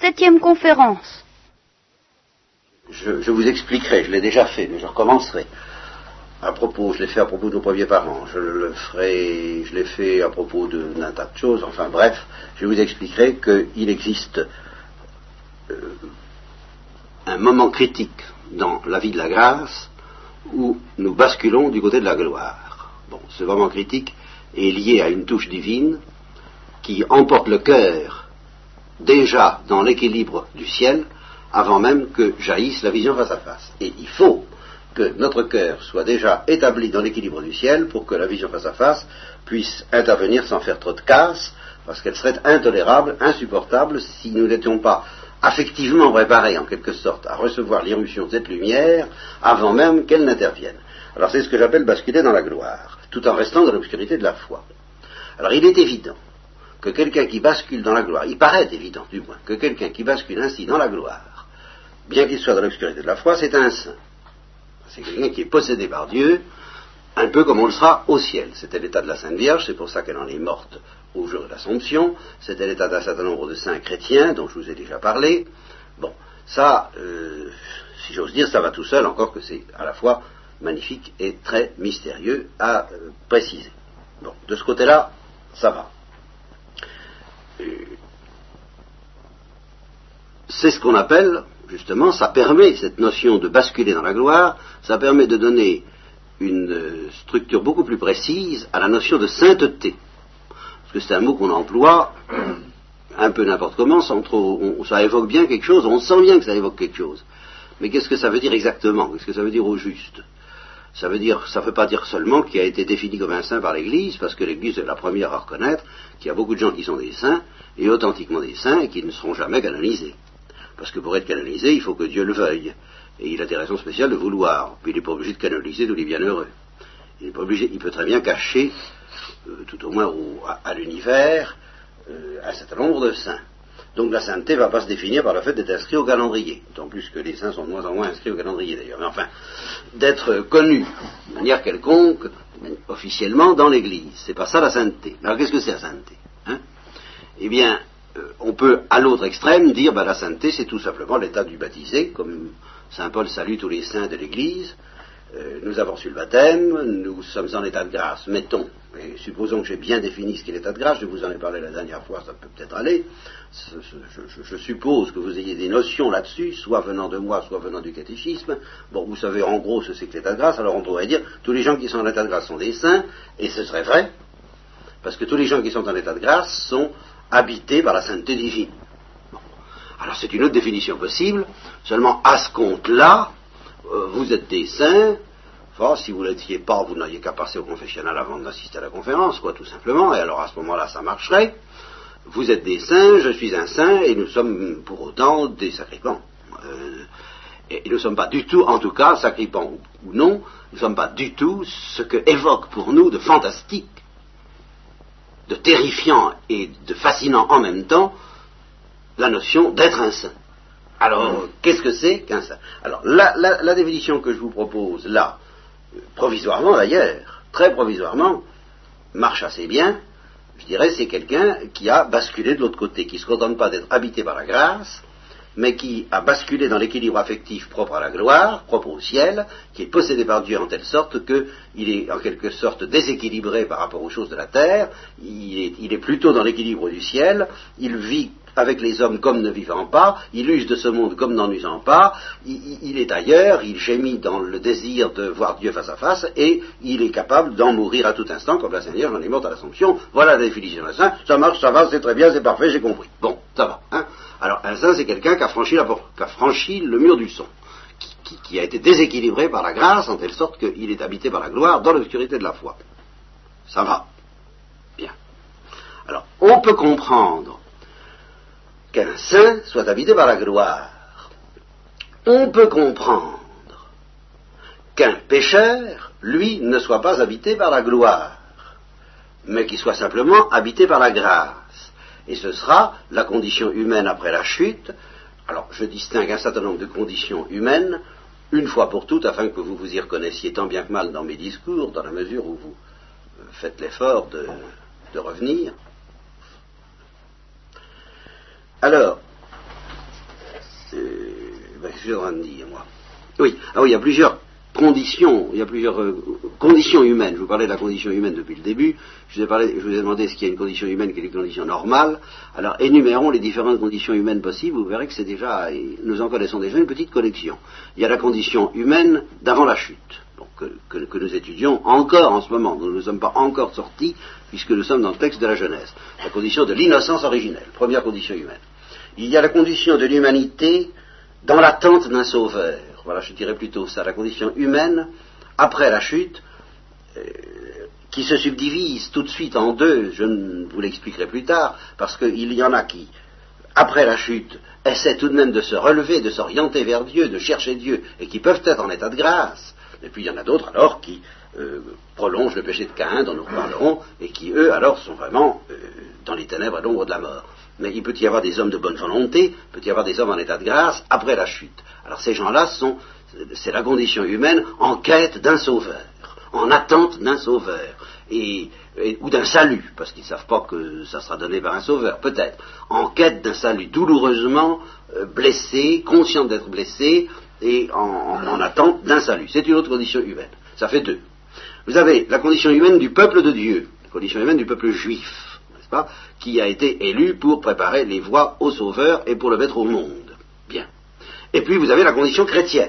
7e conférence. Je vous expliquerai, je l'ai déjà fait, mais je recommencerai. Je l'ai fait à propos de nos premiers parents, je l'ai fait à propos d'un tas de choses, enfin bref, je vous expliquerai qu'il existe un moment critique dans la vie de la grâce où nous basculons du côté de la gloire. Bon, ce moment critique est lié à une touche divine qui emporte le cœur déjà dans l'équilibre du ciel avant même que jaillisse la vision face à face. Et il faut que notre cœur soit déjà établi dans l'équilibre du ciel pour que la vision face à face puisse intervenir sans faire trop de casse, parce qu'elle serait intolérable, insupportable si nous n'étions pas affectivement préparés en quelque sorte à recevoir l'irruption de cette lumière avant même qu'elle n'intervienne. Alors c'est ce que j'appelle basculer dans la gloire, tout en restant dans l'obscurité de la foi. Alors il est évident que quelqu'un qui bascule dans la gloire, il paraît évident du moins, que quelqu'un qui bascule ainsi dans la gloire, bien qu'il soit dans l'obscurité de la foi, c'est un saint. C'est quelqu'un qui est possédé par Dieu, un peu comme on le sera au ciel. C'était l'état de la Sainte Vierge, c'est pour ça qu'elle en est morte au jour de l'Assomption. C'était l'état d'un certain nombre de saints chrétiens, dont je vous ai déjà parlé. Bon, ça, si j'ose dire, ça va tout seul, encore que c'est à la fois magnifique et très mystérieux à préciser. Bon, de ce côté-là, ça va. C'est ce qu'on appelle, justement, ça permet, cette notion de basculer dans la gloire, ça permet de donner une structure beaucoup plus précise à la notion de sainteté. Parce que c'est un mot qu'on emploie un peu n'importe comment, sans trop, ça évoque bien quelque chose, on sent bien que ça évoque quelque chose. Mais qu'est-ce que ça veut dire exactement? Qu'est-ce que ça veut dire au juste? Ça veut pas dire seulement qu'il a été défini comme un saint par l'Église, parce que l'Église est la première à reconnaître qu'il y a beaucoup de gens qui sont des saints, et authentiquement des saints, et qui ne seront jamais canonisés. Parce que pour être canonisé, il faut que Dieu le veuille. Et il a des raisons spéciales de vouloir. Puis il n'est pas obligé de canoniser tous les bienheureux. Il peut très bien cacher, tout au moins à l'univers, un certain nombre de saints. Donc la sainteté ne va pas se définir par le fait d'être inscrit au calendrier. D'autant plus que les saints sont de moins en moins inscrits au calendrier d'ailleurs. Mais enfin, d'être connus de manière quelconque, officiellement, dans l'Église. C'est pas ça la sainteté. Alors qu'est-ce que c'est la sainteté, hein? Eh bien, on peut, à l'autre extrême, dire la sainteté, c'est tout simplement l'état du baptisé, comme saint Paul salue tous les saints de l'Église. Nous avons reçu le baptême, nous sommes en état de grâce, mettons, et supposons que j'ai bien défini ce qu'est l'état de grâce, je vous en ai parlé la dernière fois, ça peut peut-être aller, je suppose que vous ayez des notions là-dessus, soit venant de moi, soit venant du catéchisme. Bon, vous savez en gros ce que c'est que l'état de grâce, alors on pourrait dire, tous les gens qui sont en état de grâce sont des saints, et ce serait vrai, parce que tous les gens qui sont en état de grâce sont habités par la sainteté divine. Bon. Alors c'est une autre définition possible, seulement à ce compte-là, vous êtes des saints, enfin, si vous ne l'étiez pas, vous n'auriez qu'à passer au confessionnal avant d'assister à la conférence, quoi, tout simplement, et alors à ce moment-là, ça marcherait. Vous êtes des saints, je suis un saint, et nous sommes pour autant des sacripants. Et nous ne sommes pas du tout, en tout cas, sacripants ou non, nous ne sommes pas du tout ce que évoque pour nous de fantastique, de terrifiant et de fascinant en même temps, la notion d'être un saint. Alors, qu'est-ce que c'est qu'un saint? Alors, la définition que je vous propose, là, provisoirement d'ailleurs, très provisoirement, marche assez bien, je dirais, c'est quelqu'un qui a basculé de l'autre côté, qui ne se contente pas d'être habité par la grâce, mais qui a basculé dans l'équilibre affectif propre à la gloire, propre au ciel, qui est possédé par Dieu en telle sorte qu'il est en quelque sorte déséquilibré par rapport aux choses de la terre, il est plutôt dans l'équilibre du ciel, il vit avec les hommes comme ne vivant pas, il use de ce monde comme n'en usant pas, il est ailleurs, il gémit dans le désir de voir Dieu face à face, et il est capable d'en mourir à tout instant, comme la Sainte Vierge en est morte à l'Assomption. Voilà la définition d'un saint, ça marche, ça va, c'est très bien, c'est parfait, j'ai compris. Bon, ça va, hein. Alors, un saint, c'est quelqu'un qui a franchi le mur du son, qui a été déséquilibré par la grâce, en telle sorte qu'il est habité par la gloire dans l'obscurité de la foi. Ça va. Bien. Alors, on peut comprendre qu'un saint soit habité par la gloire. On peut comprendre qu'un pécheur, lui, ne soit pas habité par la gloire, mais qu'il soit simplement habité par la grâce. Et ce sera la condition humaine après la chute. Alors, je distingue un certain nombre de conditions humaines, une fois pour toutes, afin que vous vous y reconnaissiez tant bien que mal dans mes discours, dans la mesure où vous faites l'effort de revenir. Alors, que je suis en train de dire, moi? Oui, il y a plusieurs conditions, conditions humaines. Je vous parlais de la condition humaine depuis le début. Je vous ai demandé ce qu'il y a une condition humaine qui est une condition normale. Alors, énumérons les différentes conditions humaines possibles. Vous verrez que c'est déjà, nous en connaissons déjà une petite collection. Il y a la condition humaine d'avant la chute, donc, que nous étudions encore en ce moment. Nous ne sommes pas encore sortis, puisque nous sommes dans le texte de la Genèse. La condition de l'innocence originelle, première condition humaine. Il y a la condition de l'humanité dans l'attente d'un sauveur. Voilà, je dirais plutôt ça, la condition humaine après la chute, qui se subdivise tout de suite en deux, je vous l'expliquerai plus tard, parce qu'il y en a qui, après la chute, essaient tout de même de se relever, de s'orienter vers Dieu, de chercher Dieu, et qui peuvent être en état de grâce. Et puis il y en a d'autres alors qui prolongent le péché de Caïn, dont nous reparlerons, et qui, eux, alors, sont vraiment dans les ténèbres et l'ombre de la mort. Mais il peut y avoir des hommes de bonne volonté, il peut y avoir des hommes en état de grâce après la chute. Alors ces gens-là c'est la condition humaine en quête d'un sauveur, en attente d'un sauveur, ou d'un salut, parce qu'ils ne savent pas que ça sera donné par un sauveur, peut-être, en quête d'un salut, douloureusement blessé, conscient d'être blessé, et en attente d'un salut. C'est une autre condition humaine. Ça fait deux. Vous avez la condition humaine du peuple de Dieu, la condition humaine du peuple juif, n'est-ce pas, qui a été élu pour préparer les voies au Sauveur et pour le mettre au monde. Bien. Et puis vous avez la condition chrétienne.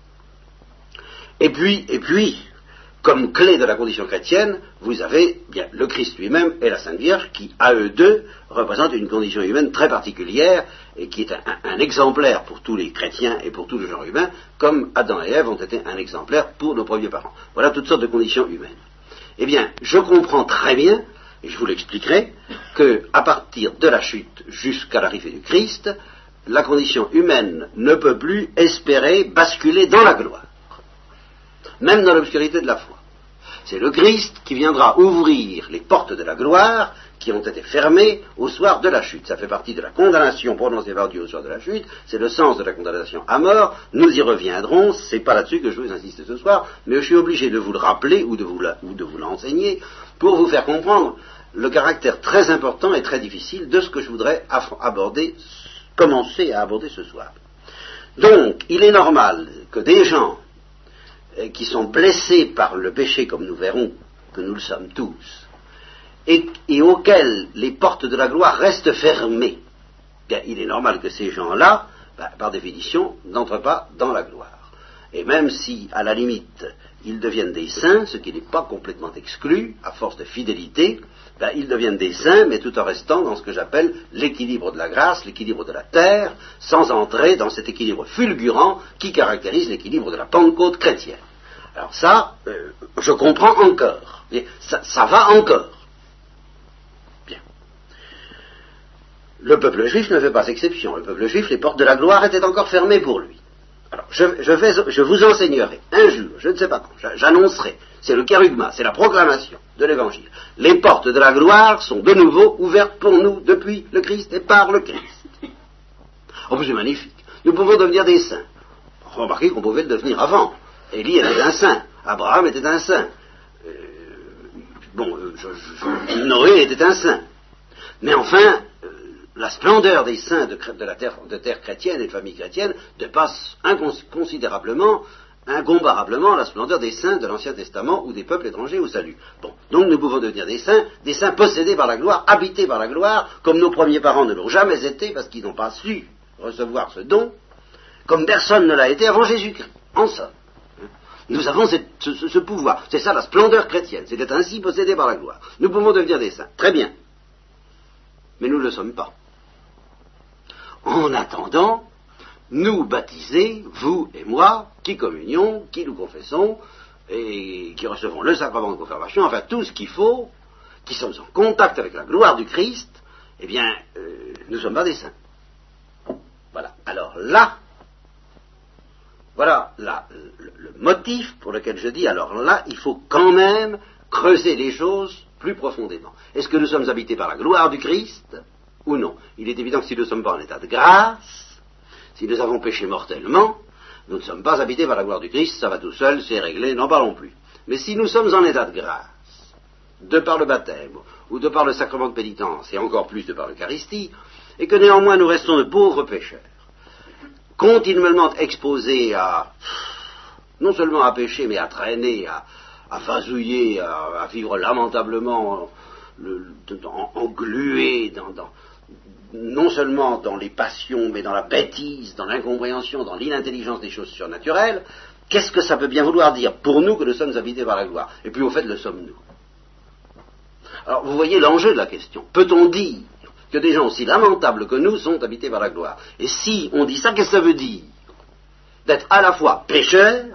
Et puis, comme clé de la condition chrétienne, vous avez bien le Christ lui-même et la Sainte Vierge qui, à eux deux, représentent une condition humaine très particulière et qui est un exemplaire pour tous les chrétiens et pour tout le genre humain, comme Adam et Ève ont été un exemplaire pour nos premiers parents. Voilà toutes sortes de conditions humaines. Eh bien, je comprends très bien, et je vous l'expliquerai, qu'à partir de la chute jusqu'à l'arrivée du Christ, la condition humaine ne peut plus espérer basculer dans la gloire, même dans l'obscurité de la foi. C'est le Christ qui viendra ouvrir les portes de la gloire qui ont été fermées au soir de la chute. Ça fait partie de la condamnation prononcée par Dieu au soir de la chute, c'est le sens de la condamnation à mort. Nous y reviendrons, c'est pas là-dessus que je veux insister ce soir, mais je suis obligé de vous le rappeler ou de vous l'enseigner pour vous faire comprendre le caractère très important et très difficile de ce que je voudrais commencer à aborder ce soir. Donc, il est normal que des gens qui sont blessés par le péché, comme nous verrons que nous le sommes tous, et auxquels les portes de la gloire restent fermées, bien, il est normal que ces gens-là, par définition, n'entrent pas dans la gloire. Et même si, à la limite, ils deviennent des saints, ce qui n'est pas complètement exclu, à force de fidélité, ils deviennent des saints, mais tout en restant dans ce que j'appelle l'équilibre de la grâce, l'équilibre de la terre, sans entrer dans cet équilibre fulgurant qui caractérise l'équilibre de la Pentecôte chrétienne. Alors ça, je comprends encore. Ça va encore. Bien. Le peuple juif ne fait pas exception. Le peuple juif, les portes de la gloire étaient encore fermées pour lui. Alors, je vous enseignerai un jour, je ne sais pas quand, j'annoncerai, c'est le kérugma, c'est la proclamation de l'évangile. Les portes de la gloire sont de nouveau ouvertes pour nous depuis le Christ et par le Christ. Oh, c'est magnifique. Nous pouvons devenir des saints. Remarquez qu'on pouvait le devenir avant. Élie était un saint, Abraham était un saint, Noé était un saint. Mais enfin, la splendeur des saints de terre chrétienne et de famille chrétienne dépasse considérablement, incomparablement la splendeur des saints de l'Ancien Testament ou des peuples étrangers au salut. Bon, donc nous pouvons devenir des saints possédés par la gloire, habités par la gloire, comme nos premiers parents ne l'ont jamais été parce qu'ils n'ont pas su recevoir ce don, comme personne ne l'a été avant Jésus-Christ. En somme, nous avons ce pouvoir. C'est ça la splendeur chrétienne. C'est d'être ainsi possédé par la gloire. Nous pouvons devenir des saints. Très bien. Mais nous ne le sommes pas. En attendant, nous baptisés, vous et moi, qui communions, qui nous confessons, et qui recevons le sacrement de confirmation, enfin tout ce qu'il faut, qui sommes en contact avec la gloire du Christ, eh bien, nous ne sommes pas des saints. Voilà. Alors là, voilà le motif pour lequel je dis, alors là, il faut quand même creuser les choses plus profondément. Est-ce que nous sommes habités par la gloire du Christ ou non? Il est évident que si nous ne sommes pas en état de grâce, si nous avons péché mortellement, nous ne sommes pas habités par la gloire du Christ, ça va tout seul, c'est réglé, n'en parlons plus. Mais si nous sommes en état de grâce, de par le baptême, ou de par le sacrement de pénitence, et encore plus de par l'Eucharistie, et que néanmoins nous restons de pauvres pécheurs, continuellement exposés à, non seulement à pécher, mais à traîner, à vasouiller, à vivre lamentablement, englués non seulement dans les passions, mais dans la bêtise, dans l'incompréhension, dans l'inintelligence des choses surnaturelles, qu'est-ce que ça peut bien vouloir dire pour nous que nous sommes habités par la gloire? Et puis au fait, le sommes-nous? Alors vous voyez l'enjeu de la question. Peut-on dire que des gens aussi lamentables que nous sont habités par la gloire? Et si on dit ça, qu'est-ce que ça veut dire? D'être à la fois pécheur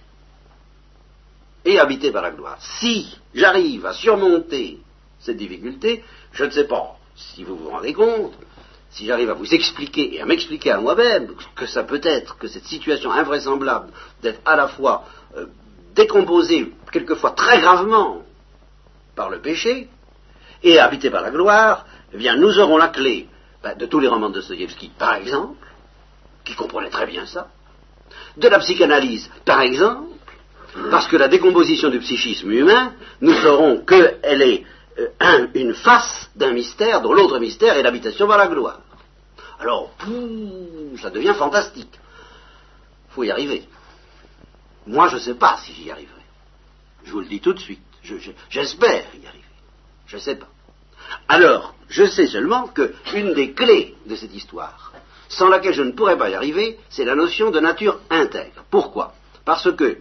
et habité par la gloire. Si j'arrive à surmonter cette difficulté, je ne sais pas si vous vous rendez compte, si j'arrive à vous expliquer et à m'expliquer à moi-même que ça peut être, que cette situation invraisemblable d'être à la fois décomposée, quelquefois très gravement, par le péché, et habité par la gloire, eh bien nous aurons la clé de tous les romans de Dostoïevski, par exemple, qui comprenaient très bien ça, de la psychanalyse, par exemple, parce que la décomposition du psychisme humain, nous saurons qu'elle est une face d'un mystère dont l'autre mystère est l'habitation par la gloire. Alors, ça devient fantastique. Il faut y arriver. Moi, je ne sais pas si j'y arriverai. Je vous le dis tout de suite. J'espère y arriver. Je ne sais pas. Alors, je sais seulement qu'une des clés de cette histoire, sans laquelle je ne pourrais pas y arriver, c'est la notion de nature intègre. Pourquoi? Parce que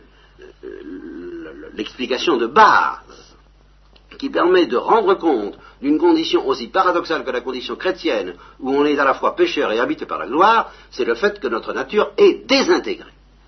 l'explication de base qui permet de rendre compte d'une condition aussi paradoxale que la condition chrétienne, où on est à la fois pécheur et habité par la gloire, c'est le fait que notre nature est désintégrée.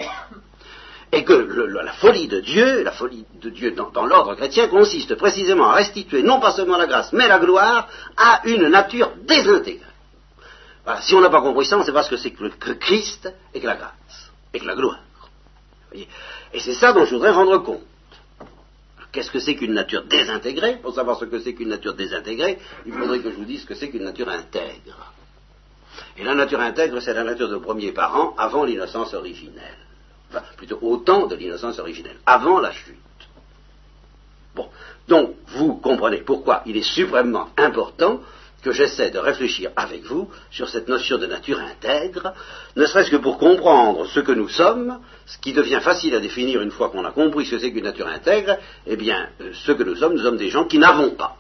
Et que la folie de Dieu dans l'ordre chrétien consiste précisément à restituer non pas seulement la grâce, mais la gloire à une nature désintégrée. Voilà, si on n'a pas compris ça, on ne sait pas ce que c'est que Christ et que la grâce, et que la gloire. Voyez, et c'est ça dont je voudrais rendre compte. Qu'est-ce que c'est qu'une nature désintégrée? Pour savoir ce que c'est qu'une nature désintégrée, il faudrait que je vous dise ce que c'est qu'une nature intègre. Et la nature intègre, c'est la nature de premier parent avant l'innocence originelle. Enfin, plutôt au temps de l'innocence originelle, avant la chute. Bon, donc vous comprenez pourquoi il est suprêmement important que j'essaie de réfléchir avec vous sur cette notion de nature intègre, ne serait-ce que pour comprendre ce que nous sommes, ce qui devient facile à définir une fois qu'on a compris ce que c'est qu'une nature intègre. Eh bien, ce que nous sommes des gens qui n'avons pas,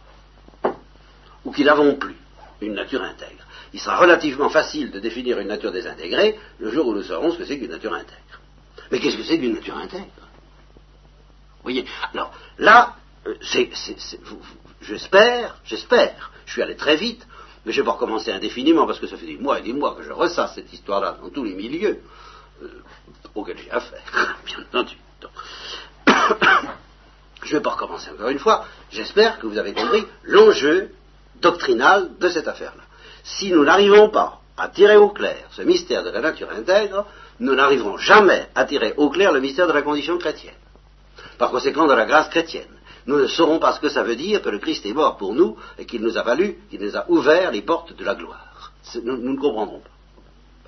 ou qui n'avons plus, une nature intègre. Il sera relativement facile de définir une nature désintégrée le jour où nous saurons ce que c'est qu'une nature intègre. Mais qu'est-ce que c'est qu'une nature intègre? Vous voyez, alors là, j'espère, je suis allé très vite, mais je ne vais pas recommencer indéfiniment parce que ça fait des mois et des mois que je ressasse cette histoire-là dans tous les milieux auxquels j'ai affaire, bien entendu. Donc, je ne vais pas recommencer encore une fois, j'espère que vous avez compris l'enjeu doctrinal de cette affaire-là. Si nous n'arrivons pas à tirer au clair ce mystère de la nature intègre, nous n'arriverons jamais à tirer au clair le mystère de la condition chrétienne. Par conséquent, de la grâce chrétienne. Nous ne saurons pas ce que ça veut dire que le Christ est mort pour nous et qu'il nous a valu, qu'il nous a ouvert les portes de la gloire. Nous ne comprendrons pas.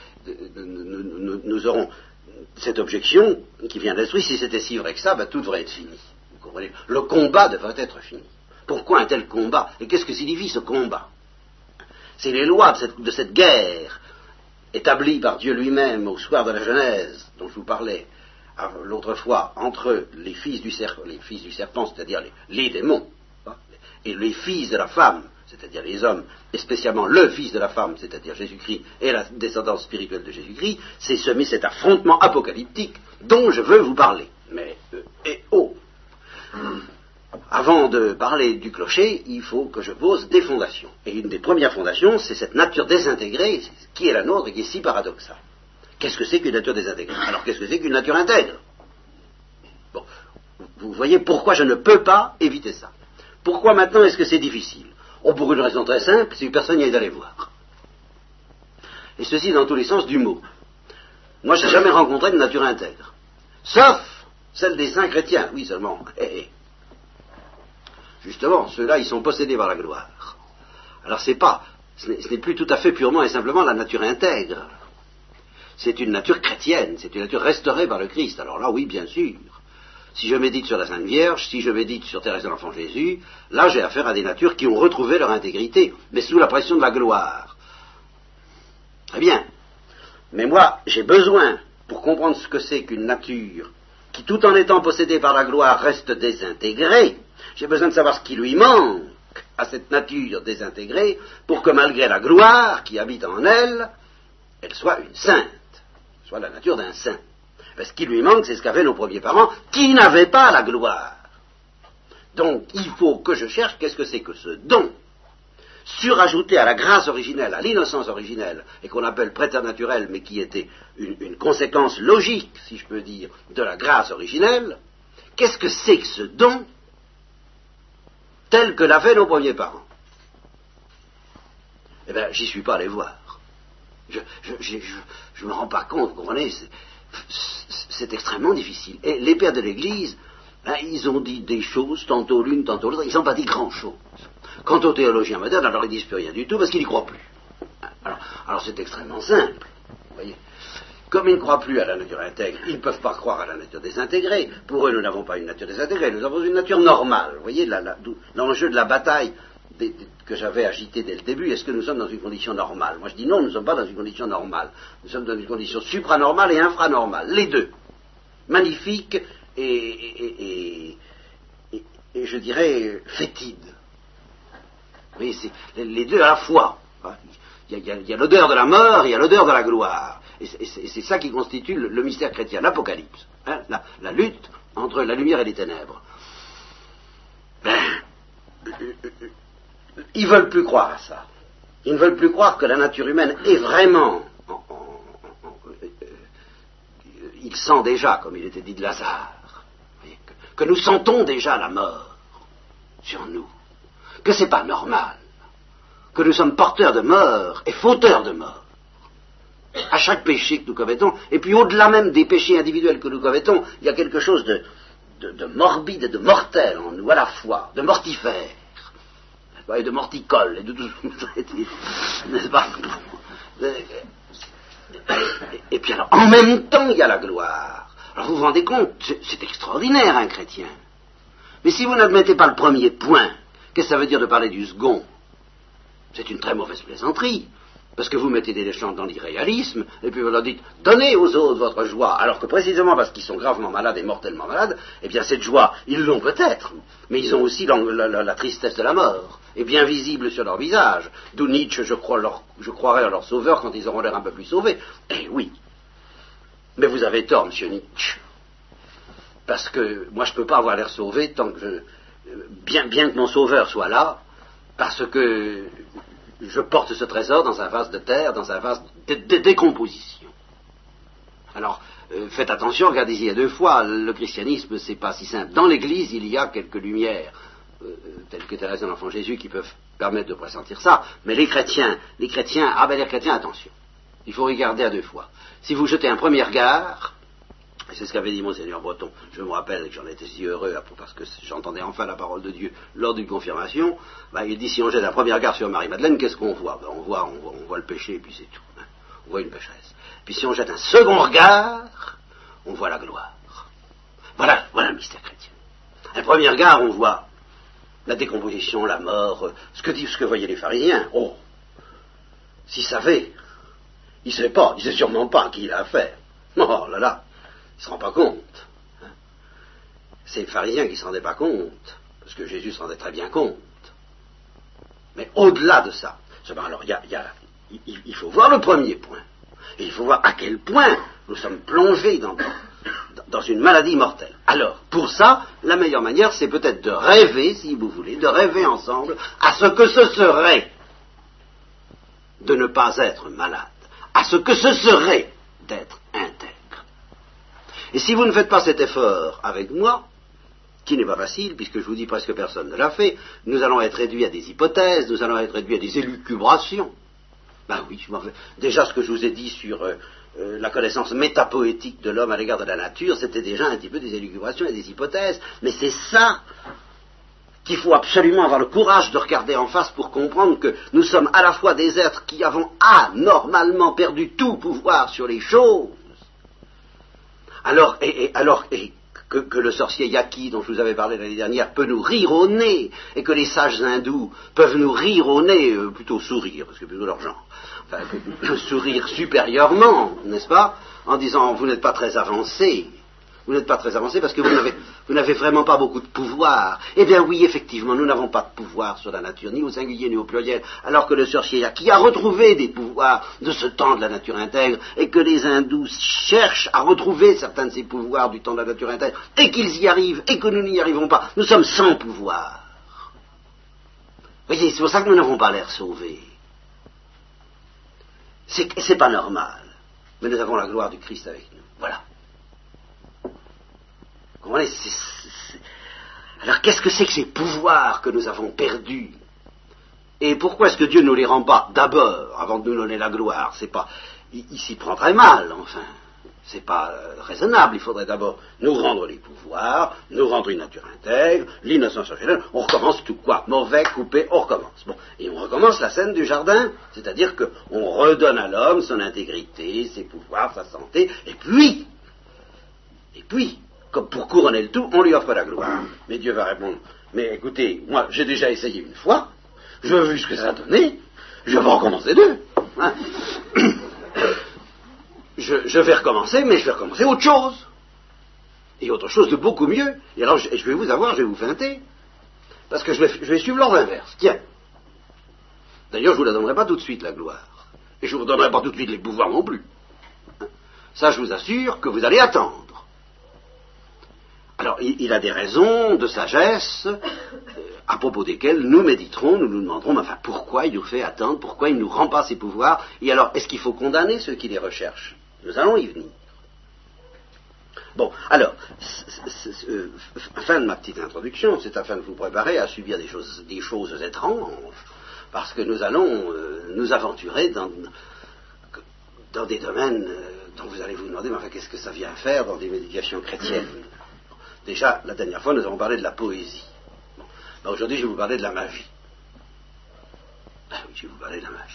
Nous aurons cette objection qui vient de l'esprit. Si c'était si vrai que ça, tout devrait être fini. Vous comprenez? Le combat devrait être fini. Pourquoi un tel combat? Et qu'est-ce que signifie ce combat? C'est les lois de cette guerre établie par Dieu lui-même au soir de la Genèse, dont je vous parlais l'autre fois, entre les fils du serpent, c'est-à-dire les démons, et les fils de la femme, c'est-à-dire les hommes, et spécialement le fils de la femme, c'est-à-dire Jésus-Christ, et la descendance spirituelle de Jésus-Christ, c'est cet affrontement apocalyptique dont je veux vous parler. Mais, avant de parler du clocher, il faut que je pose des fondations. Et une des premières fondations, c'est cette nature désintégrée qui est la nôtre et qui est si paradoxale. Qu'est-ce que c'est qu'une nature désintégrée? Alors qu'est-ce que c'est qu'une nature intègre? Bon, vous voyez pourquoi je ne peux pas éviter ça. Pourquoi maintenant est-ce que c'est difficile? Pour une raison très simple, c'est que personne n'y est allé voir. Et ceci dans tous les sens du mot. Moi, je n'ai jamais rencontré de nature intègre. Sauf celle des saints chrétiens. Oui, seulement. Justement, ceux-là, ils sont possédés par la gloire. Alors ce n'est plus tout à fait purement et simplement la nature intègre. C'est une nature chrétienne, c'est une nature restaurée par le Christ. Alors là, oui, bien sûr. Si je médite sur la Sainte Vierge, si je médite sur Thérèse de l'Enfant Jésus, là, j'ai affaire à des natures qui ont retrouvé leur intégrité, mais sous la pression de la gloire. Très bien. Mais moi, j'ai besoin, pour comprendre ce que c'est qu'une nature qui, tout en étant possédée par la gloire, reste désintégrée, j'ai besoin de savoir ce qui lui manque à cette nature désintégrée pour que, malgré la gloire qui habite en elle, elle soit une sainte, soit la nature d'un saint. Parce ce qui lui manque, c'est ce qu'avaient nos premiers parents, qui n'avaient pas la gloire. Donc, il faut que je cherche qu'est-ce que c'est que ce don, surajouté à la grâce originelle, à l'innocence originelle, et qu'on appelle préternaturel, mais qui était une conséquence logique, si je peux dire, de la grâce originelle. Qu'est-ce que c'est que ce don, tel que l'avaient nos premiers parents? Eh bien, j'y suis pas allé voir. Je me rends pas compte, vous comprenez, c'est extrêmement difficile. Et les pères de l'Église, hein, ils ont dit des choses, tantôt l'une, tantôt l'autre, ils n'ont pas dit grand-chose. Quant aux théologiens modernes, alors ils disent plus rien du tout, parce qu'ils n'y croient plus. Alors c'est extrêmement simple, vous voyez. Comme ils ne croient plus à la nature intègre, ils ne peuvent pas croire à la nature désintégrée. Pour eux, nous n'avons pas une nature désintégrée, nous avons une nature normale. Vous voyez, l'enjeu de la bataille que j'avais agité dès le début, est-ce que nous sommes dans une condition normale? Moi je dis non, nous ne sommes pas dans une condition normale. Nous sommes dans une condition supranormale et infranormale, les deux. Magnifique et je dirais fétide. Vous voyez, c'est les deux à la fois. Il y a l'odeur de la mort et il y a l'odeur de la gloire. Et c'est ça qui constitue le mystère chrétien, l'Apocalypse. Hein, la lutte entre la lumière et les ténèbres. Ils ne veulent plus croire à ça. Ils ne veulent plus croire que la nature humaine est vraiment... il sent déjà, comme il était dit de Lazare, que nous sentons déjà la mort sur nous, que c'est pas normal, que nous sommes porteurs de mort et fauteurs de mort à chaque péché que nous commettons, et puis au-delà même des péchés individuels que nous commettons, il y a quelque chose de morbide et de mortel en nous à la fois, de mortifère, et de morticole, et de tout, n'est-ce pas? Et puis alors, en même temps, il y a la gloire. Alors vous vous rendez compte, c'est extraordinaire, un chrétien. Mais si vous n'admettez pas le premier point, qu'est-ce que ça veut dire de parler du second? C'est une très mauvaise plaisanterie, parce que vous mettez des gens dans l'irréalisme, et puis vous leur dites, donnez aux autres votre joie, alors que précisément parce qu'ils sont gravement malades et mortellement malades, eh bien cette joie, ils l'ont peut-être, mais ils ont aussi la tristesse de la mort, et bien visible sur leur visage, d'où Nietzsche, je croirai à leur sauveur quand ils auront l'air un peu plus sauvés. Eh oui, mais vous avez tort, monsieur Nietzsche, parce que moi je ne peux pas avoir l'air sauvé tant que bien que mon sauveur soit là, parce que je porte ce trésor dans un vase de terre, dans un vase de décomposition. Alors, faites attention, regardez-y à deux fois, le christianisme, c'est pas si simple. Dans l'Église, il y a quelques lumières, telles que Thérèse de l'Enfant Jésus, qui peuvent permettre de pressentir ça, mais les chrétiens, attention, il faut regarder à deux fois. Si vous jetez un premier regard, et c'est ce qu'avait dit Monseigneur Breton, je me rappelle que j'en étais si heureux parce que j'entendais enfin la parole de Dieu lors d'une confirmation, il dit si on jette un premier regard sur Marie-Madeleine, qu'est-ce qu'on voit? On voit le péché et puis c'est tout. Hein. On voit une pécheresse. Puis si on jette un second regard, on voit la gloire. Voilà le mystère chrétien. Un premier regard, on voit la décomposition, la mort, ce que voyaient les pharisiens. Oh, s'ils savaient, ils ne savaient sûrement pas à qui il a affaire. Oh là là. Ils ne se rendent pas compte. Hein. C'est les pharisiens qui ne se rendaient pas compte, parce que Jésus se rendait très bien compte. Mais au-delà de ça, alors il faut voir le premier point. Et il faut voir à quel point nous sommes plongés dans une maladie mortelle. Alors, pour ça, la meilleure manière, c'est peut-être de rêver, si vous voulez, de rêver ensemble à ce que ce serait de ne pas être malade, à ce que ce serait d'être intègre. Et si vous ne faites pas cet effort avec moi, qui n'est pas facile, puisque je vous dis presque personne ne l'a fait, nous allons être réduits à des hypothèses, nous allons être réduits à des élucubrations. Ben oui, déjà ce que je vous ai dit sur la connaissance métapoétique de l'homme à l'égard de la nature, c'était déjà un petit peu des élucubrations et des hypothèses, mais c'est ça qu'il faut absolument avoir le courage de regarder en face pour comprendre que nous sommes à la fois des êtres qui avons anormalement perdu tout pouvoir sur les choses. Alors, que le sorcier Yaki, dont je vous avais parlé l'année dernière, peut nous rire au nez, et que les sages hindous peuvent nous rire au nez, plutôt sourire, parce que c'est plutôt leur genre, enfin, sourire supérieurement, n'est-ce pas, en disant vous n'êtes pas très avancé. Vous n'êtes pas très avancé parce que vous n'avez vraiment pas beaucoup de pouvoir. Eh bien oui, effectivement, nous n'avons pas de pouvoir sur la nature, ni au singulier ni au pluriel, alors que le sorcier Yaki a retrouvé des pouvoirs de ce temps de la nature intègre, et que les hindous cherchent à retrouver certains de ces pouvoirs du temps de la nature intègre, et qu'ils y arrivent, et que nous n'y arrivons pas. Nous sommes sans pouvoir. Vous voyez, c'est pour ça que nous n'avons pas l'air sauvés. C'est pas normal. Mais nous avons la gloire du Christ avec nous. Voilà. Alors qu'est-ce que c'est que ces pouvoirs que nous avons perdus? Et pourquoi est-ce que Dieu ne nous les rend pas d'abord, avant de nous donner la gloire? C'est pas, il s'y prend très mal, enfin. C'est pas raisonnable. Il faudrait d'abord nous rendre les pouvoirs, nous rendre une nature intègre, l'innocence originelle. On recommence tout quoi? Mauvais, coupé, on recommence. Bon, et on recommence la scène du jardin, c'est-à-dire qu'on redonne à l'homme son intégrité, ses pouvoirs, sa santé, et puis, comme pour couronner le tout, on lui offre la gloire. Mais Dieu va répondre, mais écoutez, moi j'ai déjà essayé une fois, je veux ce que ça a donné, je vais recommencer deux. Hein. Je vais recommencer, mais je vais recommencer autre chose. Et autre chose de beaucoup mieux. Et alors je vais vous avoir, je vais vous feinter. Parce que je vais suivre l'ordre inverse. Tiens. D'ailleurs, je ne vous la donnerai pas tout de suite, la gloire. Et je ne vous donnerai pas tout de suite les pouvoirs non plus. Ça, je vous assure que vous allez attendre. Alors, il a des raisons de sagesse à propos desquelles nous méditerons, nous nous demanderons, mais enfin, pourquoi il nous fait attendre, pourquoi il ne nous rend pas ses pouvoirs, et alors, est-ce qu'il faut condamner ceux qui les recherchent? Nous allons y venir. Bon, alors, fin de ma petite introduction, c'est afin de vous préparer à subir des choses étranges, parce que nous allons nous aventurer dans des domaines dont vous allez vous demander, mais enfin, qu'est-ce que ça vient faire dans des médications chrétiennes? Déjà, la dernière fois, nous avons parlé de la poésie. Bon. Ben, aujourd'hui, je vais vous parler de la magie. Ah oui, je vais vous parler de la magie.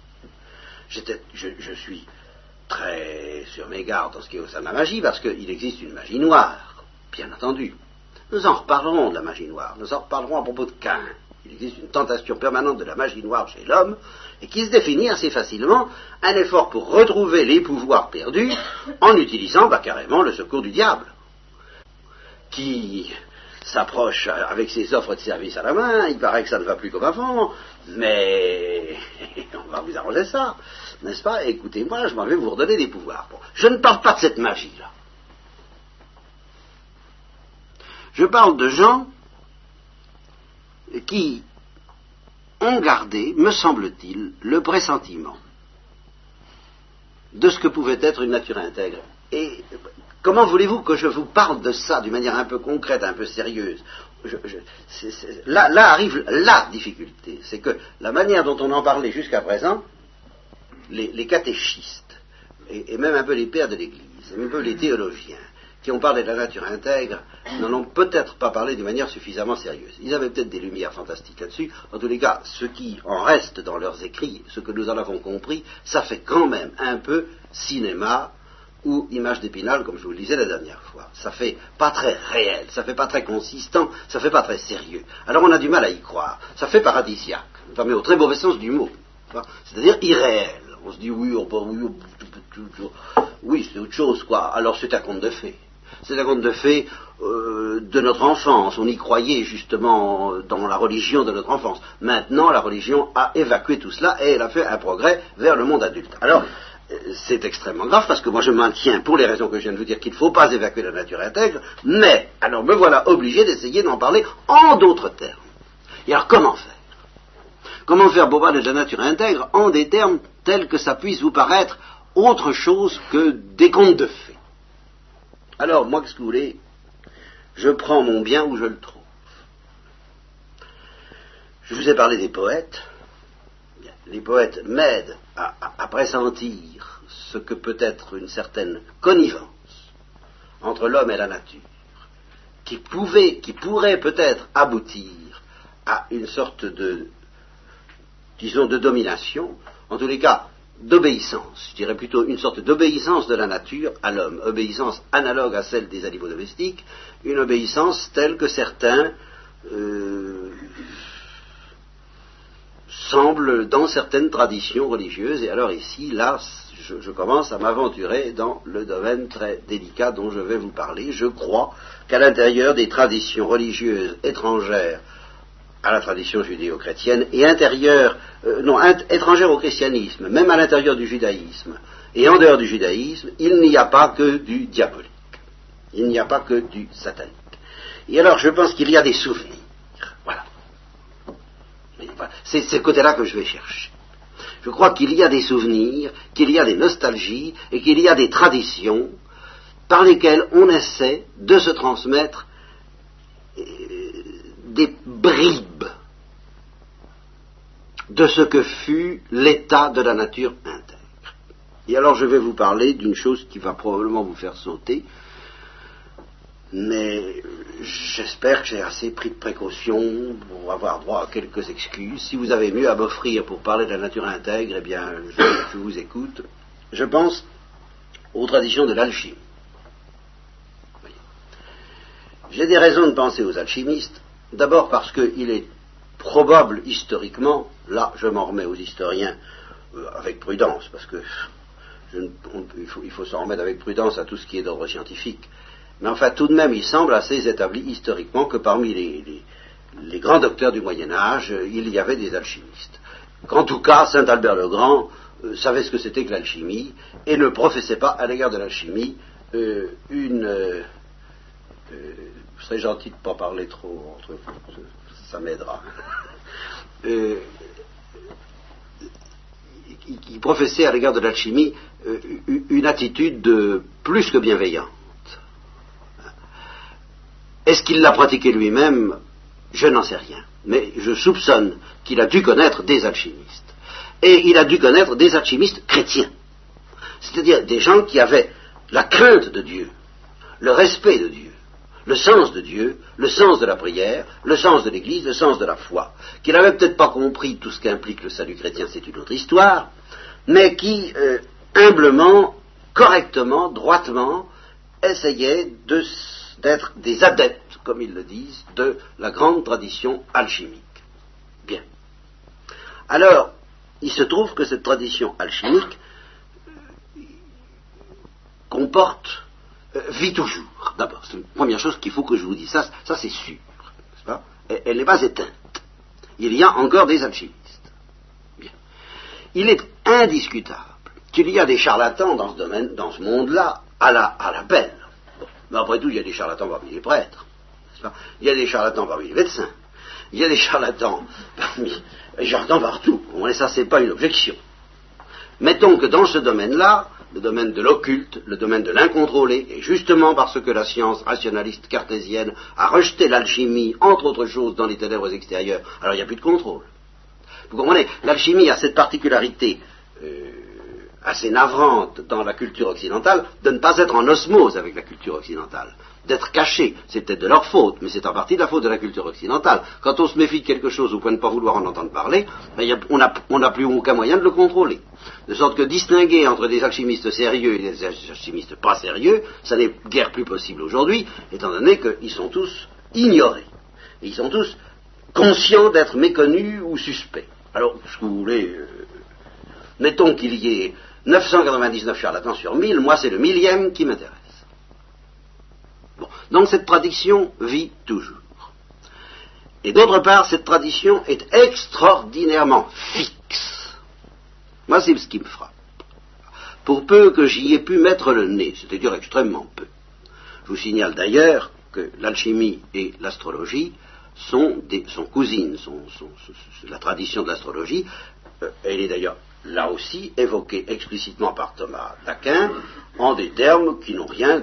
Je suis très sur mes gardes en ce qui est au sein de la magie, parce qu'il existe une magie noire, bien entendu. Nous en reparlerons de la magie noire. Nous en reparlerons à propos de Caïn. Il existe une tentation permanente de la magie noire chez l'homme, et qui se définit assez facilement un effort pour retrouver les pouvoirs perdus en utilisant carrément le secours du diable, qui s'approche avec ses offres de service à la main. Il paraît que ça ne va plus comme avant, mais on va vous arranger ça, n'est-ce pas? Écoutez-moi, je m'en vais vous redonner des pouvoirs. Bon, je ne parle pas de cette magie-là. Je parle de gens qui ont gardé, me semble-t-il, le pressentiment de ce que pouvait être une nature intègre. Et comment voulez-vous que je vous parle de ça d'une manière un peu concrète, un peu sérieuse? Là arrive la difficulté, c'est que la manière dont on en parlait jusqu'à présent, les catéchistes, et même un peu les pères de l'Église, et même un peu les théologiens, qui ont parlé de la nature intègre, n'en ont peut-être pas parlé d'une manière suffisamment sérieuse. Ils avaient peut-être des lumières fantastiques là-dessus. En tous les cas, ce qui en reste dans leurs écrits, ce que nous en avons compris, ça fait quand même un peu cinéma ou image d'Épinal, comme je vous le disais la dernière fois. Ça fait pas très réel, ça fait pas très consistant, ça fait pas très sérieux. Alors on a du mal à y croire. Ça fait paradisiaque, enfin, mais au très mauvais sens du mot. C'est-à-dire irréel. On se dit oui, oui, c'est autre chose, quoi. Alors c'est un conte de fées. C'est un conte de fées de notre enfance. On y croyait justement dans la religion de notre enfance. Maintenant, la religion a évacué tout cela et elle a fait un progrès vers le monde adulte. Alors, c'est extrêmement grave parce que moi je maintiens, pour les raisons que je viens de vous dire, qu'il ne faut pas évacuer la nature intègre, mais, alors me voilà obligé d'essayer d'en parler en d'autres termes. Et alors comment faire? Comment faire pour parler de la nature intègre en des termes tels que ça puisse vous paraître autre chose que des contes de fées? Alors, moi, qu'est-ce que vous voulez? Je prends mon bien où je le trouve. Je vous ai parlé des poètes. Les poètes m'aident à pressentir ce que peut être une certaine connivence entre l'homme et la nature, qui pourrait peut-être aboutir à une sorte de, disons, de domination. En tous les cas, d'obéissance, je dirais plutôt une sorte d'obéissance de la nature à l'homme, obéissance analogue à celle des animaux domestiques, une obéissance telle que certains semblent dans certaines traditions religieuses, et alors ici, là, je commence à m'aventurer dans le domaine très délicat dont je vais vous parler. Je crois qu'à l'intérieur des traditions religieuses étrangères à la tradition judéo-chrétienne et étrangères au christianisme, même à l'intérieur du judaïsme et en dehors du judaïsme, il n'y a pas que du diabolique, il n'y a pas que du satanique. Et alors je pense qu'il y a des souvenirs, voilà. C'est ce côté-là que je vais chercher. Je crois qu'il y a des souvenirs, qu'il y a des nostalgies et qu'il y a des traditions par lesquelles on essaie de se transmettre des bribes de ce que fut l'état de la nature intègre. Et alors je vais vous parler d'une chose qui va probablement vous faire sauter, mais j'espère que j'ai assez pris de précautions pour avoir droit à quelques excuses. Si vous avez mieux à m'offrir pour parler de la nature intègre, eh bien je vous écoute. Je pense aux traditions de l'alchimie. J'ai des raisons de penser aux alchimistes. D'abord parce qu'il est probable historiquement, là je m'en remets aux historiens avec prudence, parce que il faut s'en remettre avec prudence à tout ce qui est d'ordre scientifique, mais enfin tout de même il semble assez établi historiquement que parmi les grands docteurs du Moyen-Âge, il y avait des alchimistes. Qu'en tout cas, saint Albert le Grand savait ce que c'était que l'alchimie, et ne professait pas à l'égard de l'alchimie vous serez gentil de ne pas parler trop entre vous, ça m'aidera. Il professait à l'égard de l'alchimie une attitude plus que bienveillante. Est-ce qu'il l'a pratiquée lui-même? Je n'en sais rien. Mais je soupçonne qu'il a dû connaître des alchimistes. Et il a dû connaître des alchimistes chrétiens. C'est-à-dire des gens qui avaient la crainte de Dieu, le respect de Dieu, le sens de Dieu, le sens de la prière, le sens de l'Église, le sens de la foi, qui n'avaient peut-être pas compris tout ce qu'implique le salut chrétien, c'est une autre histoire, mais qui, humblement, correctement, droitement, essayaient d'être des adeptes, comme ils le disent, de la grande tradition alchimique. Bien. Alors, il se trouve que cette tradition alchimique comporte vit toujours. D'abord, c'est une première chose qu'il faut que je vous dise. Ça c'est sûr. N'est-ce pas? Elle n'est pas éteinte. Il y a encore des alchimistes. Bien. Il est indiscutable qu'il y a des charlatans dans ce domaine, dans ce monde-là, à la peine. Bon. Mais après tout, il y a des charlatans parmi les prêtres. N'est-ce pas? Il y a des charlatans parmi les médecins. Il y a des charlatans partout. Bon, et ça, c'est pas une objection. Mettons que dans ce domaine-là, le domaine de l'occulte, le domaine de l'incontrôlé, et justement parce que la science rationaliste cartésienne a rejeté l'alchimie, entre autres choses, dans les ténèbres extérieures, alors il n'y a plus de contrôle. Vous comprenez? L'alchimie a cette particularité assez navrante dans la culture occidentale de ne pas être en osmose avec la culture occidentale, d'être caché. C'est peut-être de leur faute, mais c'est en partie de la faute de la culture occidentale. Quand on se méfie de quelque chose au point de ne pas vouloir en entendre parler, ben on n'a plus aucun moyen de le contrôler. De sorte que distinguer entre des alchimistes sérieux et des alchimistes pas sérieux, ça n'est guère plus possible aujourd'hui, étant donné qu'ils sont tous ignorés. Et ils sont tous conscients d'être méconnus ou suspects. Alors, ce que vous voulez, mettons qu'il y ait 999 charlatans sur 1000, moi c'est le 1000e qui m'intéresse. Bon. Donc cette tradition vit toujours. Et d'autre part, cette tradition est extraordinairement fixe. Moi, c'est ce qui me frappe. Pour peu que j'y ai pu mettre le nez, c'est-à-dire extrêmement peu. Je vous signale d'ailleurs que l'alchimie et l'astrologie sont cousines. La tradition de l'astrologie, elle est d'ailleurs là aussi évoquée explicitement par Thomas d'Aquin en des termes qui n'ont rien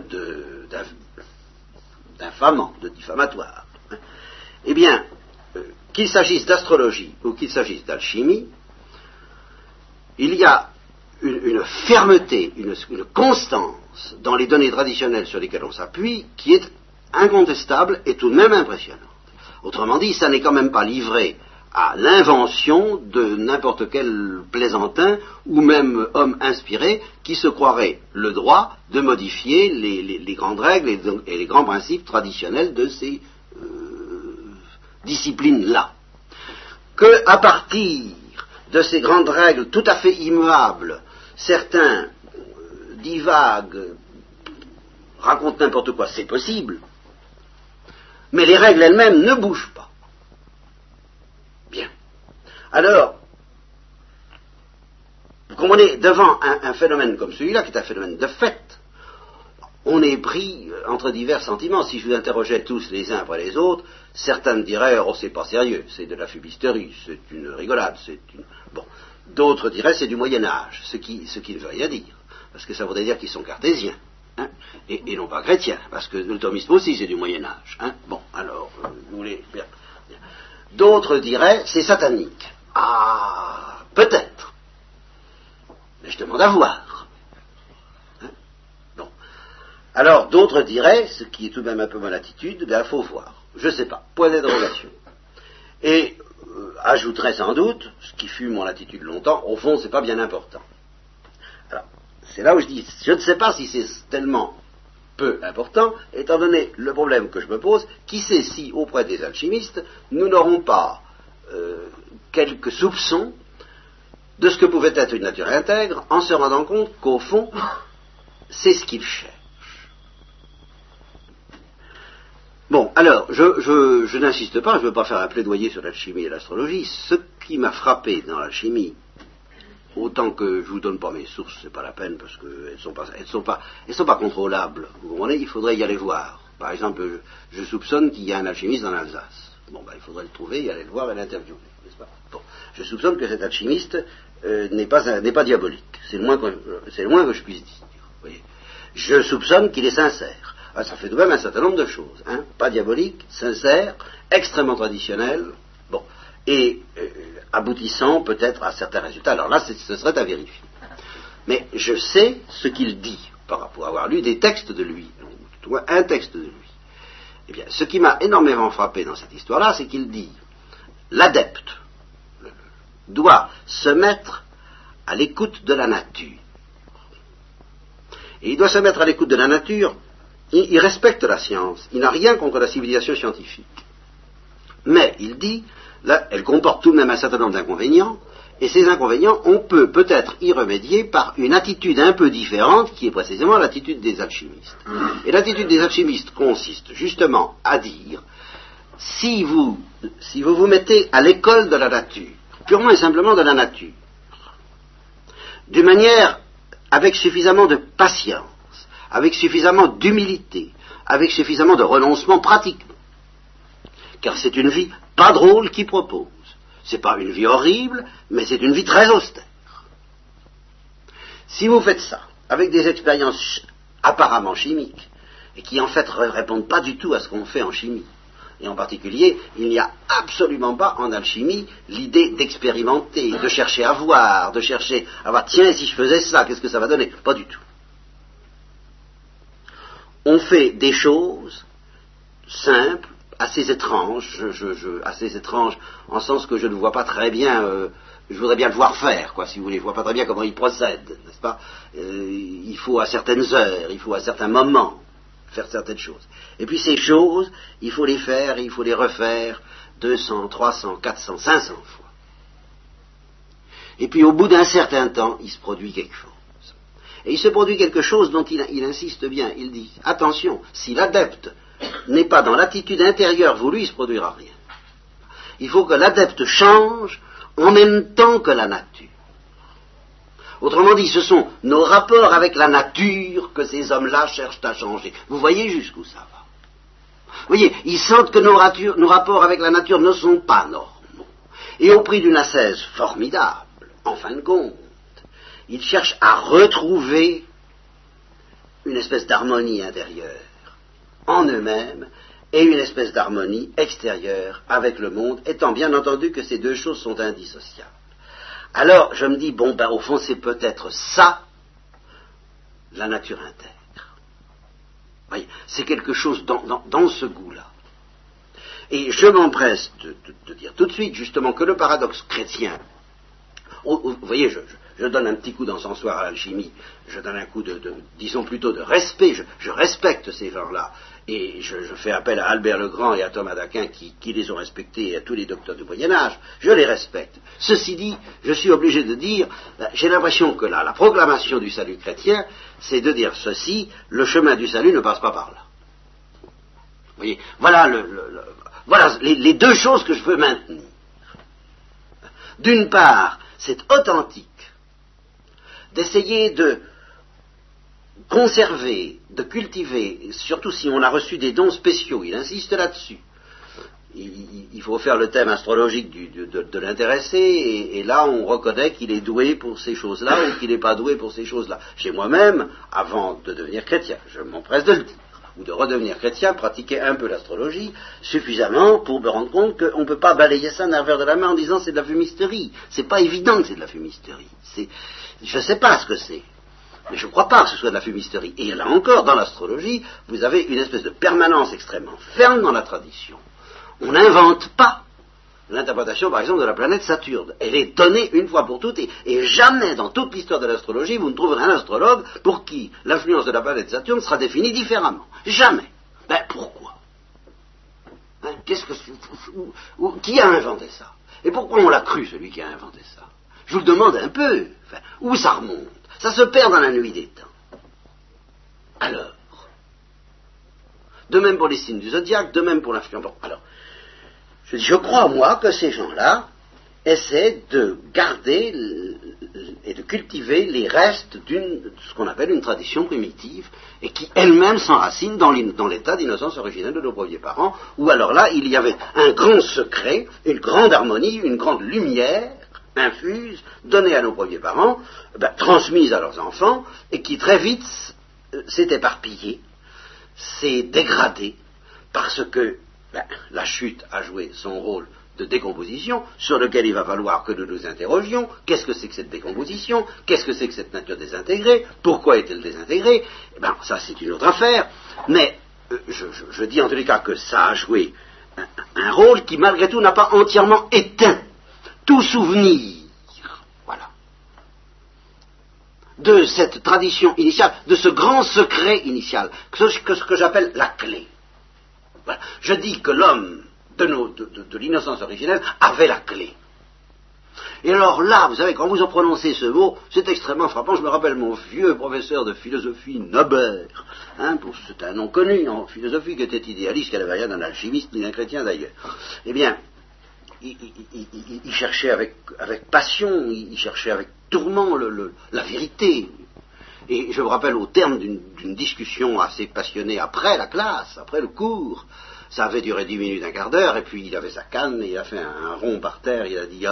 d'infamant, de diffamatoire. Eh bien, qu'il s'agisse d'astrologie ou qu'il s'agisse d'alchimie, il y a une fermeté, une constance dans les données traditionnelles sur lesquelles on s'appuie qui est incontestable et tout de même impressionnante. Autrement dit, ça n'est quand même pas livré à l'invention de n'importe quel plaisantin ou même homme inspiré qui se croirait le droit de modifier les grandes règles et les grands principes traditionnels de ces disciplines-là. Que, à partir de ces grandes règles tout à fait immuables, certains divaguent, racontent n'importe quoi, c'est possible, mais les règles elles-mêmes ne bougent pas. Bien. Alors, vous comprenez, devant un phénomène comme celui-là, qui est un phénomène de fait, on est pris entre divers sentiments. Si je vous interrogeais tous les uns après les autres, certains me diraient « Oh, c'est pas sérieux, c'est de la fumisterie, c'est une rigolade, c'est une... » Bon. D'autres diraient « C'est du Moyen-Âge », ce qui ne veut rien dire, parce que ça voudrait dire qu'ils sont cartésiens, hein, et non pas chrétiens, parce que le thomisme aussi c'est du Moyen-Âge. Hein. Bon, alors, vous voulez... Bien. D'autres diraient « C'est satanique ». Ah, peut-être. Mais je demande à voir. Alors d'autres diraient, ce qui est tout de même un peu mon attitude, ben il faut voir, je ne sais pas, point d'interrogation. Et ajouterais sans doute, ce qui fut mon attitude longtemps, au fond c'est pas bien important. Alors, c'est là où je dis, je ne sais pas si c'est tellement peu important, étant donné le problème que je me pose, qui sait si auprès des alchimistes, nous n'aurons pas quelques soupçons de ce que pouvait être une nature intègre, en se rendant compte qu'au fond, c'est ce qu'ils cherchent. Bon, alors, je n'insiste pas, je ne veux pas faire un plaidoyer sur l'alchimie et l'astrologie. Ce qui m'a frappé dans l'alchimie, autant que je vous donne pas mes sources, c'est pas la peine, parce qu'elles sont pas contrôlables. Vous comprenez, il faudrait y aller voir. Par exemple, je soupçonne qu'il y a un alchimiste en Alsace. Bon, ben, il faudrait le trouver, y aller le voir et l'interviewer, n'est-ce pas? Bon, je soupçonne que cet alchimiste n'est pas diabolique. C'est le moins que je puisse dire. Vous voyez. Je soupçonne qu'il est sincère. Ah, ça fait de même un certain nombre de choses, hein, pas diabolique, sincère, extrêmement traditionnel, bon, et aboutissant peut-être à certains résultats. Alors là, ce serait à vérifier. Mais je sais ce qu'il dit, par rapport à avoir lu des textes de lui, ou un texte de lui. Eh bien, ce qui m'a énormément frappé dans cette histoire-là, c'est qu'il dit, l'adepte doit se mettre à l'écoute de la nature. Et il doit se mettre à l'écoute de la nature. Il respecte la science, il n'a rien contre la civilisation scientifique. Mais, il dit, là, elle comporte tout de même un certain nombre d'inconvénients, et ces inconvénients, on peut peut-être y remédier par une attitude un peu différente, qui est précisément l'attitude des alchimistes. Et l'attitude des alchimistes consiste justement à dire, si vous vous mettez à l'école de la nature, purement et simplement de la nature, d'une manière avec suffisamment de patience, avec suffisamment d'humilité, avec suffisamment de renoncement pratique. Car c'est une vie pas drôle qu'il propose. C'est pas une vie horrible, mais c'est une vie très austère. Si vous faites ça, avec des expériences apparemment chimiques, et qui en fait ne répondent pas du tout à ce qu'on fait en chimie, et en particulier, il n'y a absolument pas en alchimie l'idée d'expérimenter, de chercher à voir, tiens, si je faisais ça, qu'est-ce que ça va donner? Pas du tout. On fait des choses simples, assez étranges, assez étranges en sens que je ne vois pas très bien, je voudrais bien le voir faire, quoi, si vous voulez, je ne vois pas très bien comment il procède, n'est-ce pas? Il faut à certaines heures, il faut à certains moments faire certaines choses. Et puis ces choses, il faut les faire, il faut les refaire 200, 300, 400, 500 fois. Et puis au bout d'un certain temps, il se produit quelque chose. Et il se produit quelque chose dont il insiste bien. Il dit, attention, si l'adepte n'est pas dans l'attitude intérieure voulue, il ne se produira rien. Il faut que l'adepte change en même temps que la nature. Autrement dit, ce sont nos rapports avec la nature que ces hommes-là cherchent à changer. Vous voyez jusqu'où ça va. Vous voyez, ils sentent que nos rapports avec la nature ne sont pas normaux. Et au prix d'une ascèse formidable, en fin de compte, ils cherchent à retrouver une espèce d'harmonie intérieure en eux-mêmes et une espèce d'harmonie extérieure avec le monde, étant bien entendu que ces deux choses sont indissociables. Alors, je me dis, bon, ben, au fond, c'est peut-être ça, la nature intègre. Voyez, c'est quelque chose dans ce goût-là. Et je m'empresse de dire tout de suite, justement, que le paradoxe chrétien, vous voyez, je donne un petit coup d'encensoir à l'alchimie, je donne un coup disons plutôt de respect, je respecte ces gens-là, et je fais appel à Albert le Grand et à Thomas d'Aquin qui les ont respectés, et à tous les docteurs du Moyen-Âge, je les respecte. Ceci dit, je suis obligé de dire, j'ai l'impression que la proclamation du salut chrétien, c'est de dire ceci, le chemin du salut ne passe pas par là. Vous voyez, voilà, voilà les deux choses que je veux maintenir. D'une part, c'est authentique d'essayer de conserver, de cultiver, surtout si on a reçu des dons spéciaux, il insiste là-dessus. Il faut faire le thème astrologique de l'intéressé, et là on reconnaît qu'il est doué pour ces choses-là ou qu'il n'est pas doué pour ces choses-là. Chez moi-même, avant de devenir chrétien, je m'empresse de le dire, ou de redevenir chrétien, pratiquer un peu l'astrologie, suffisamment pour me rendre compte qu'on ne peut pas balayer ça d'un revers de la main en disant c'est de la fumisterie. C'est pas évident que c'est de la fumisterie. Je ne sais pas ce que c'est, mais je ne crois pas que ce soit de la fumisterie. Et là encore, dans l'astrologie, vous avez une espèce de permanence extrêmement ferme dans la tradition. On n'invente pas l'interprétation, par exemple, de la planète Saturne. Elle est donnée une fois pour toutes, et jamais dans toute l'histoire de l'astrologie, vous ne trouverez un astrologue pour qui l'influence de la planète Saturne sera définie différemment. Jamais. Ben, pourquoi? Qui a inventé ça? Et pourquoi on l'a cru, celui qui a inventé ça? Je vous le demande un peu. Enfin, où ça remonte? Ça se perd dans la nuit des temps. Alors, de même pour les signes du zodiaque, de même pour l'influence. Bon, alors, je crois, moi, que ces gens-là essaient de garder et de cultiver les restes de ce qu'on appelle une tradition primitive, et qui elle-même s'enracine dans l'état d'innocence originelle de nos premiers parents, où alors là, il y avait un grand secret, une grande harmonie, une grande lumière infuse, donnée à nos premiers parents, transmise à leurs enfants, et qui très vite s'est éparpillée, s'est dégradée, parce que la chute a joué son rôle de décomposition, sur lequel il va falloir que nous nous interrogions. Qu'est-ce que c'est que cette décomposition? Qu'est-ce que c'est que cette nature désintégrée? Pourquoi est-elle désintégrée? Ça c'est une autre affaire, mais je dis en tous les cas que ça a joué un rôle qui malgré tout n'a pas entièrement éteint tout souvenir, voilà, de cette tradition initiale, de ce grand secret initial, ce que j'appelle la clé. Voilà. Je dis que l'homme de l'innocence originelle avait la clé. Et alors là, vous savez, quand vous en prononcez ce mot, c'est extrêmement frappant. Je me rappelle mon vieux professeur de philosophie, Nobert, c'est un nom connu en philosophie, qui était idéaliste, qui n'avait rien d'un alchimiste ni d'un chrétien d'ailleurs. Eh bien, il cherchait avec passion, il cherchait avec tourment la vérité. Et je me rappelle au terme d'une discussion assez passionnée après la classe, après le cours, ça avait duré 10 minutes, un quart d'heure, et puis il avait sa canne, et il a fait un rond par terre, il a dit,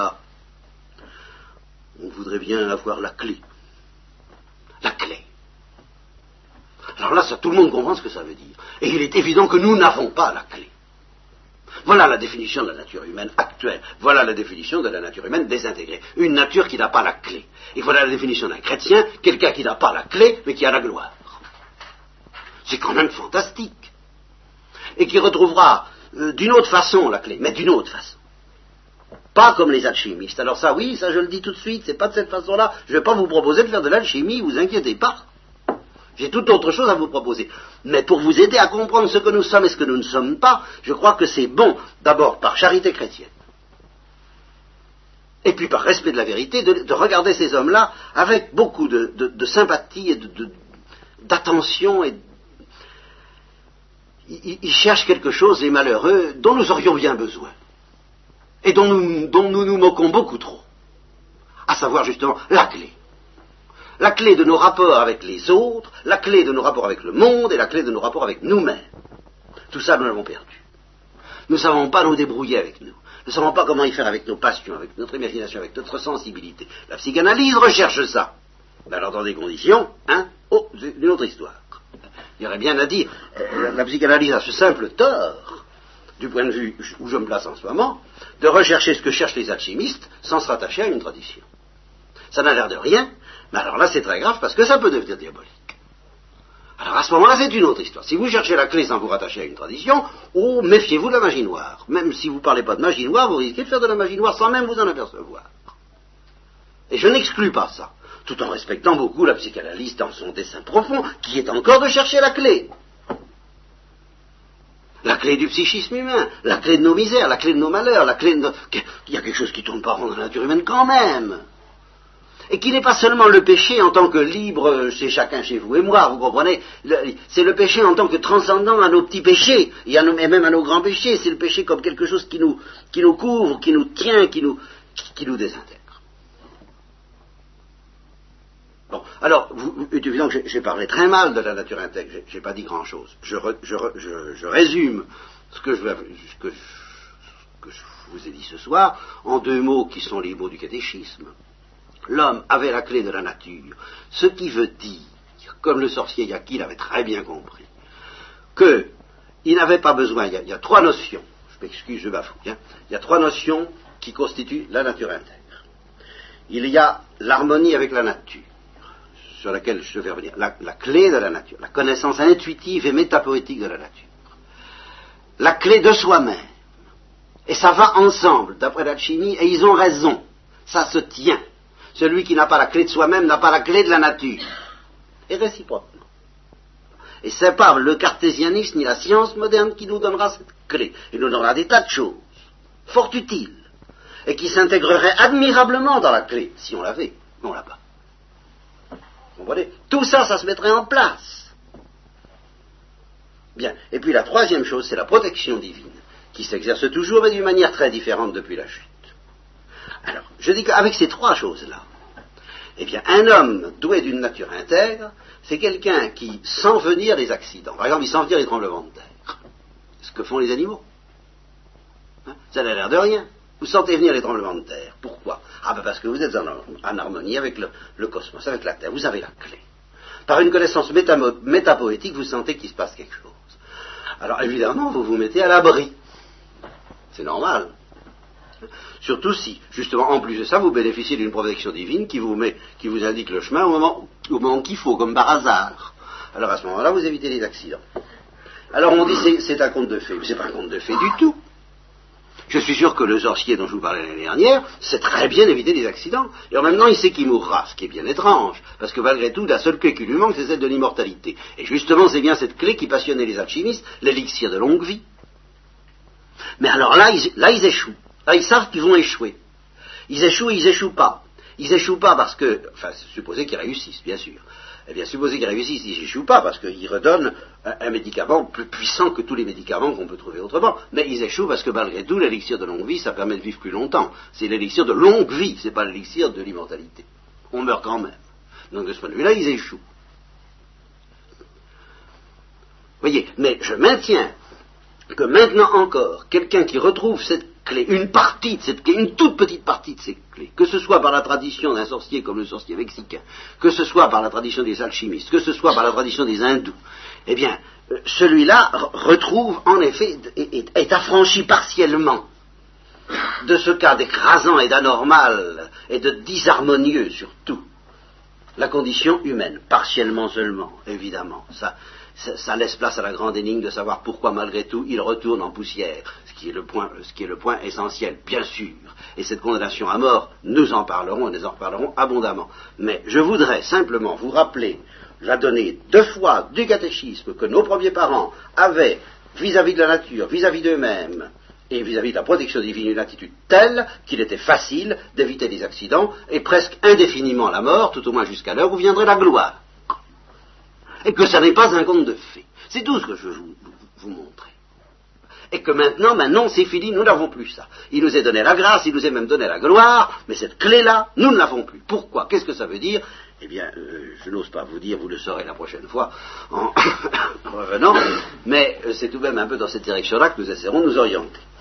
on voudrait bien avoir la clé. La clé. Alors là, tout le monde comprend ce que ça veut dire. Et il est évident que nous n'avons pas la clé. Voilà la définition de la nature humaine actuelle. Voilà la définition de la nature humaine désintégrée. Une nature qui n'a pas la clé. Et voilà la définition d'un chrétien, quelqu'un qui n'a pas la clé, mais qui a la gloire. C'est quand même fantastique. Et qui retrouvera d'une autre façon la clé, mais d'une autre façon. Pas comme les alchimistes. Alors ça, oui, ça je le dis tout de suite, c'est pas de cette façon-là. Je ne vais pas vous proposer de faire de l'alchimie, vous inquiétez pas. J'ai toute autre chose à vous proposer. Mais pour vous aider à comprendre ce que nous sommes et ce que nous ne sommes pas, je crois que c'est bon, d'abord par charité chrétienne, et puis par respect de la vérité, de regarder ces hommes-là avec beaucoup de sympathie et d'attention. Ils cherchent quelque chose, les malheureux, dont nous aurions bien besoin, et dont nous nous moquons beaucoup trop, à savoir justement la clé. La clé de nos rapports avec les autres, la clé de nos rapports avec le monde et la clé de nos rapports avec nous-mêmes. Tout ça, nous l'avons perdu. Nous ne savons pas nous débrouiller avec nous. Nous ne savons pas comment y faire avec nos passions, avec notre imagination, avec notre sensibilité. La psychanalyse recherche ça. Mais alors dans des conditions, c'est une autre histoire. Il y aurait bien à dire, la psychanalyse a ce simple tort, du point de vue où je me place en ce moment, de rechercher ce que cherchent les alchimistes sans se rattacher à une tradition. Ça n'a l'air de rien, mais alors là c'est très grave parce que ça peut devenir diabolique. Alors à ce moment-là, c'est une autre histoire. Si vous cherchez la clé sans vous rattacher à une tradition, oh, méfiez-vous de la magie noire. Même si vous ne parlez pas de magie noire, vous risquez de faire de la magie noire sans même vous en apercevoir. Et je n'exclus pas ça, tout en respectant beaucoup la psychanalyse dans son dessein profond, qui est encore de chercher la clé. La clé du psychisme humain, la clé de nos misères, la clé de nos malheurs, la clé de... Il y a quelque chose qui tourne pas rond dans la nature humaine quand même. Et qui n'est pas seulement le péché en tant que libre chez chacun, chez vous et moi, vous comprenez, c'est le péché en tant que transcendant à nos petits péchés, et même à nos grands péchés, c'est le péché comme quelque chose qui nous couvre, qui nous tient, qui nous désintègre. Bon, alors, il est évident que j'ai parlé très mal de la nature intègre, j'ai pas dit grand-chose. Je résume ce que je vous ai dit ce soir en 2 mots qui sont les mots du catéchisme. L'homme avait la clé de la nature, ce qui veut dire, comme le sorcier Yaki l'avait très bien compris, qu'il n'avait pas besoin, il y a 3 notions, je m'excuse, je bafouille, il y a 3 notions qui constituent la nature intègre. Il y a l'harmonie avec la nature, sur laquelle je vais revenir, la clé de la nature, la connaissance intuitive et métapoétique de la nature, la clé de soi-même, et ça va ensemble, d'après la chimie, et ils ont raison, ça se tient. Celui qui n'a pas la clé de soi-même n'a pas la clé de la nature. Et réciproquement. Et c'est pas le cartésianisme ni la science moderne qui nous donnera cette clé. Il nous donnera des tas de choses, fort utiles, et qui s'intégreraient admirablement dans la clé, si on l'avait, mais on l'a pas. Vous comprenez ? Tout ça, ça se mettrait en place. Bien. Et puis la 3e chose, c'est la protection divine, qui s'exerce toujours, mais d'une manière très différente depuis la chute. Alors, je dis qu'avec ces 3 choses-là, eh bien, un homme doué d'une nature intègre, c'est quelqu'un qui sent venir les accidents. Par exemple, il sent venir les tremblements de terre. Ce que font les animaux. Ça n'a l'air de rien. Vous sentez venir les tremblements de terre. Pourquoi ? Ah ben parce que vous êtes en harmonie avec le cosmos, avec la Terre. Vous avez la clé. Par une connaissance métapoétique, vous sentez qu'il se passe quelque chose. Alors évidemment, vous vous mettez à l'abri. C'est normal. Surtout si, justement, en plus de ça, vous bénéficiez d'une protection divine qui vous indique le chemin au moment qu'il faut, comme par hasard. Alors à ce moment-là, vous évitez les accidents. Alors on dit c'est un conte de fées, mais c'est pas un conte de fées du tout. Je suis sûr que le sorcier dont je vous parlais l'année dernière sait très bien éviter les accidents. Et en même temps, il sait qu'il mourra, ce qui est bien étrange, parce que malgré tout, la seule clé qui lui manque, c'est celle de l'immortalité. Et justement, c'est bien cette clé qui passionnait les alchimistes, l'élixir de longue vie. Mais alors là, ils échouent. Là, ils savent qu'ils vont échouer. Ils échouent et ils échouent pas. Ils échouent pas parce que, enfin, supposez qu'ils réussissent, bien sûr. Eh bien, supposez qu'ils réussissent, ils échouent pas parce qu'ils redonnent un médicament plus puissant que tous les médicaments qu'on peut trouver autrement. Mais ils échouent parce que malgré tout, l'élixir de longue vie, ça permet de vivre plus longtemps. C'est l'élixir de longue vie, c'est pas l'élixir de l'immortalité. On meurt quand même. Donc de ce point de vue-là, ils échouent. Voyez, mais je maintiens que maintenant encore, quelqu'un qui retrouve cette clé, une partie de cette clé, une toute petite partie de cette clé, que ce soit par la tradition d'un sorcier comme le sorcier mexicain, que ce soit par la tradition des alchimistes, que ce soit par la tradition des hindous, eh bien, celui-là retrouve, en effet, est affranchi partiellement de ce cas d'écrasant et d'anormal et de disharmonieux surtout, la condition humaine, partiellement seulement, évidemment, ça laisse place à la grande énigme de savoir pourquoi malgré tout il retourne en poussière, ce qui est le point essentiel, bien sûr. Et cette condamnation à mort, nous en parlerons abondamment. Mais je voudrais simplement vous rappeler la donnée 2 fois du catéchisme que nos premiers parents avaient vis-à-vis de la nature, vis-à-vis d'eux-mêmes, et vis-à-vis de la protection divine, une attitude telle qu'il était facile d'éviter les accidents et presque indéfiniment la mort, tout au moins jusqu'à l'heure où viendrait la gloire. Et que ça n'est pas un conte de fées. C'est tout ce que je veux vous montrer. Et que maintenant c'est fini, nous n'avons plus ça. Il nous est donné la grâce, il nous est même donné la gloire, mais cette clé-là, nous ne l'avons plus. Pourquoi ? Qu'est-ce que ça veut dire ? Eh bien, je n'ose pas vous dire, vous le saurez la prochaine fois, en revenant, mais c'est tout de même un peu dans cette direction-là que nous essaierons de nous orienter.